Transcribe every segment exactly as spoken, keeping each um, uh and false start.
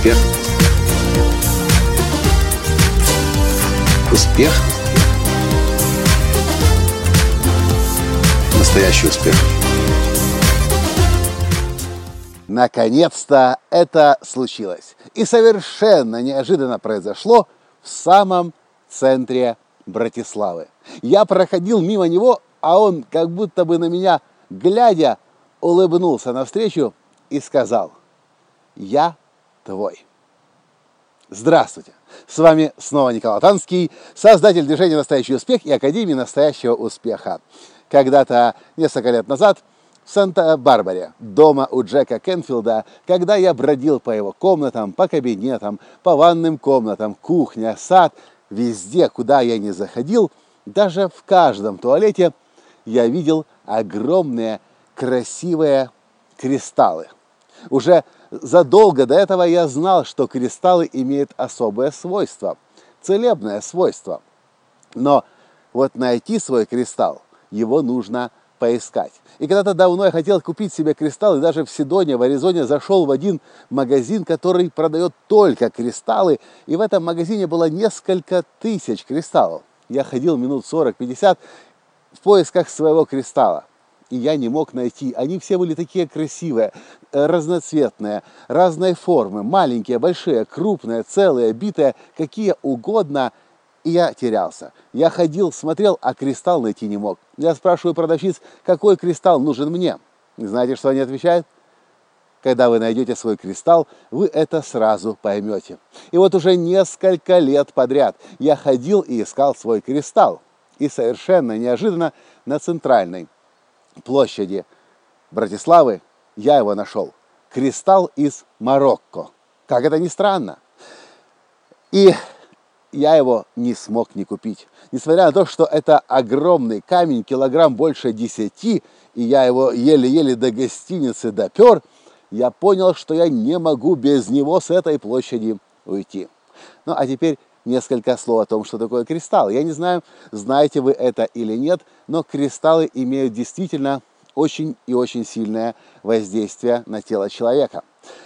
Успех. Успех. Настоящий успех. Наконец-то это случилось. И совершенно неожиданно произошло в самом центре Братиславы. Я проходил мимо него, а он, как будто бы на меня глядя, улыбнулся навстречу и сказал: «Я твой». Здравствуйте! С вами снова Николай Танский, создатель движения «Настоящий успех» и Академии настоящего успеха. Когда-то, несколько лет назад, в Санта-Барбаре, дома у Джека Кенфилда, когда я бродил по его комнатам, по кабинетам, по ванным комнатам, кухня, сад, везде, куда я не заходил, даже в каждом туалете я видел огромные красивые кристаллы. Уже задолго до этого я знал, что кристаллы имеют особое свойство, целебное свойство. Но вот найти свой кристалл, его нужно поискать. И когда-то давно я хотел купить себе кристаллы, даже в Сидоне, в Аризоне, зашел в один магазин, который продает только кристаллы, и в этом магазине было несколько тысяч кристаллов. Я ходил минут сорок-пятьдесят в поисках своего кристалла, и я не мог найти. Они все были такие красивые, разноцветные, разной формы, маленькие, большие, крупные, целые, битые, какие угодно. И я терялся. Я ходил, смотрел, а кристалл найти не мог. Я спрашиваю продавщиц, какой кристалл нужен мне. И знаете, что они отвечают? Когда вы найдете свой кристалл, вы это сразу поймете. И вот уже несколько лет подряд я ходил и искал свой кристалл. И совершенно неожиданно на центральной площади Братиславы я его нашел. Кристалл из Марокко. Как это ни странно. И я его не смог не купить. Несмотря на то, что это огромный камень, килограмм больше десяти, и я его еле-еле до гостиницы допер, я понял, что я не могу без него с этой площади уйти. Ну, а теперь несколько слов о том, что такое кристалл. Я не знаю, знаете вы это или нет, но кристаллы имеют действительно очень и очень сильное воздействие на тело человека.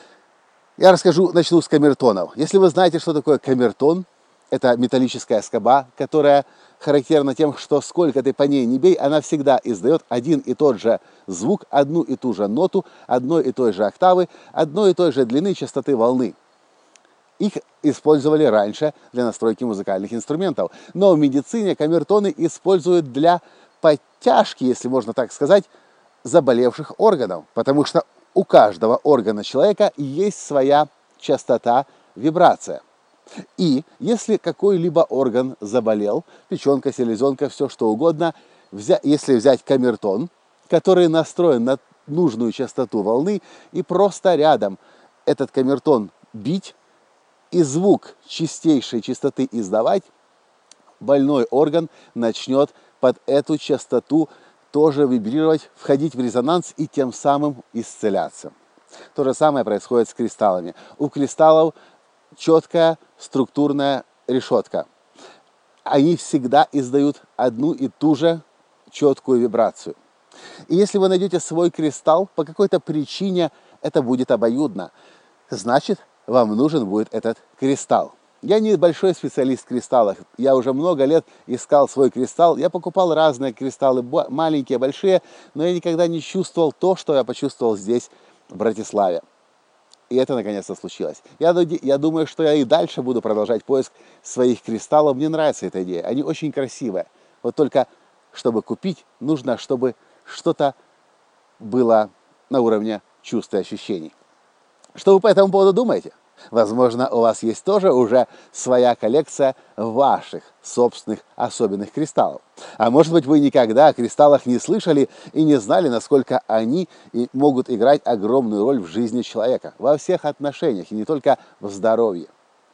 Я расскажу, начну с камертонов. Если вы знаете, что такое камертон, это металлическая скоба, которая характерна тем, что сколько ты по ней не бей, она всегда издает один и тот же звук, одну и ту же ноту, одной и той же октавы, одной и той же длины частоты волны. Их использовали раньше для настройки музыкальных инструментов. Но в медицине камертоны используют для подтяжки, если можно так сказать, заболевших органов. Потому что у каждого органа человека есть своя частота, вибрация. И если какой-либо орган заболел, печенка, селезенка, все что угодно, взя- если взять камертон, который настроен на нужную частоту волны, и просто рядом этот камертон бить, и звук чистейшей частоты издавать, больной орган начнет под эту частоту тоже вибрировать, входить в резонанс и тем самым исцеляться. То же самое происходит с кристаллами. У кристаллов четкая структурная решетка. Они всегда издают одну и ту же четкую вибрацию. И если вы найдете свой кристалл, по какой-то причине это будет обоюдно. Значит, вам нужен будет этот кристалл. Я не большой специалист в кристаллах. Я уже много лет искал свой кристалл. Я покупал разные кристаллы, маленькие, большие, но я никогда не чувствовал то, что я почувствовал здесь, в Братиславе. И это наконец-то случилось. Я, я думаю, что я и дальше буду продолжать поиск своих кристаллов. Мне нравится эта идея. Они очень красивые. Вот только, чтобы купить, нужно, чтобы что-то было на уровне чувств и ощущений. Что вы по этому поводу думаете? Возможно, у вас есть тоже уже своя коллекция ваших собственных особенных кристаллов. А может быть, вы никогда о кристаллах не слышали и не знали, насколько они могут играть огромную роль в жизни человека. Во всех отношениях, и не только в здоровье.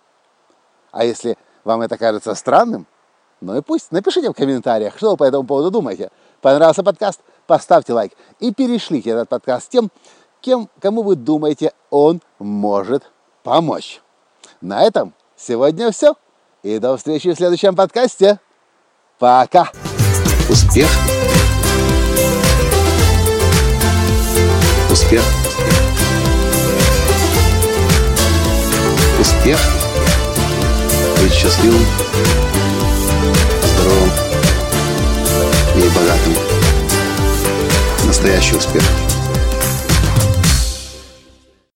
А если вам это кажется странным, ну и пусть. Напишите в комментариях, что вы по этому поводу думаете. Понравился подкаст? Поставьте лайк и перешлите этот подкаст тем, кем, кому вы думаете, он может помочь. На этом сегодня все. И до встречи в следующем подкасте. Пока. Успех. Успех. Успех — быть счастливым, здоровым и богатым. Настоящий успех.